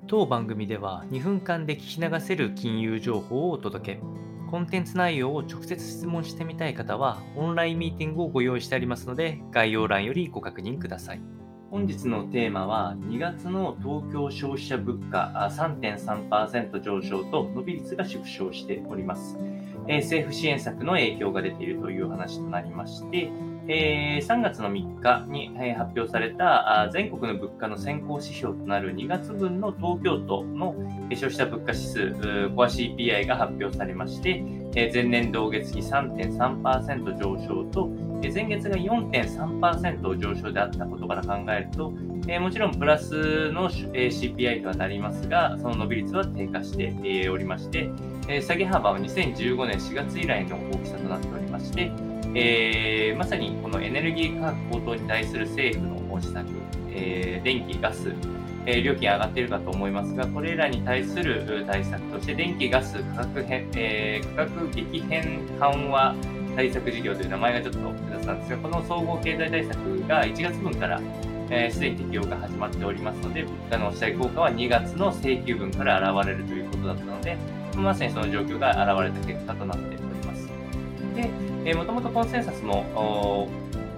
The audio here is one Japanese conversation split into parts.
当番組では2分間で聞き流せる金融情報をお届け。コンテンツ内容を直接質問してみたい方は、オンラインミーティングをご用意してありますので、概要欄よりご確認ください。本日のテーマは、2月の東京消費者物価3.3% 上昇と伸び率が縮小しております。政府支援策の影響が出ているという話となりまして、3月の3日に発表された全国の物価の先行指標となる2月分の東京都の消費者物価指数コア CPI が発表されまして、前年同月比 3.3% 上昇と前月が 4.3% 上昇であったことから考えると、もちろんプラスの CPI とはなりますが、その伸び率は低下しておりまして、下げ幅は2015年4月以来の大きさとなっておりまして、まさにこのエネルギー価格高騰に対する政府の施策、電気、ガス、料金上がっているかと思いますが、これらに対する対策として、電気・ガス価格激変緩和対策事業という名前がちょっと複雑なんですが、この総合経済対策が1月分からすでに適用が始まっておりますので、物価の押し上げ効果は2月の請求分から現れるということだったので、まさにその状況が現れた結果となっております。で、もともとコンセンサスも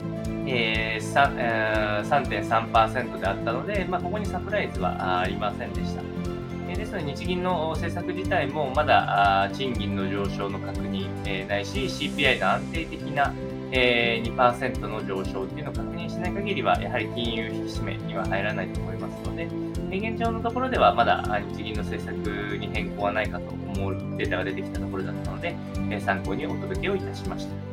3.3% であったので、ここにサプライズはありませんでした。ですので、日銀の政策自体もまだ賃金の上昇の確認、ないし CPI の安定的な2% の上昇っていうのを確認しない限りは、やはり金融引き締めには入らないと思いますので、現状のところではまだ日銀の政策に変更はないかと思うデータが出てきたところだったので、参考にお届けをいたしました。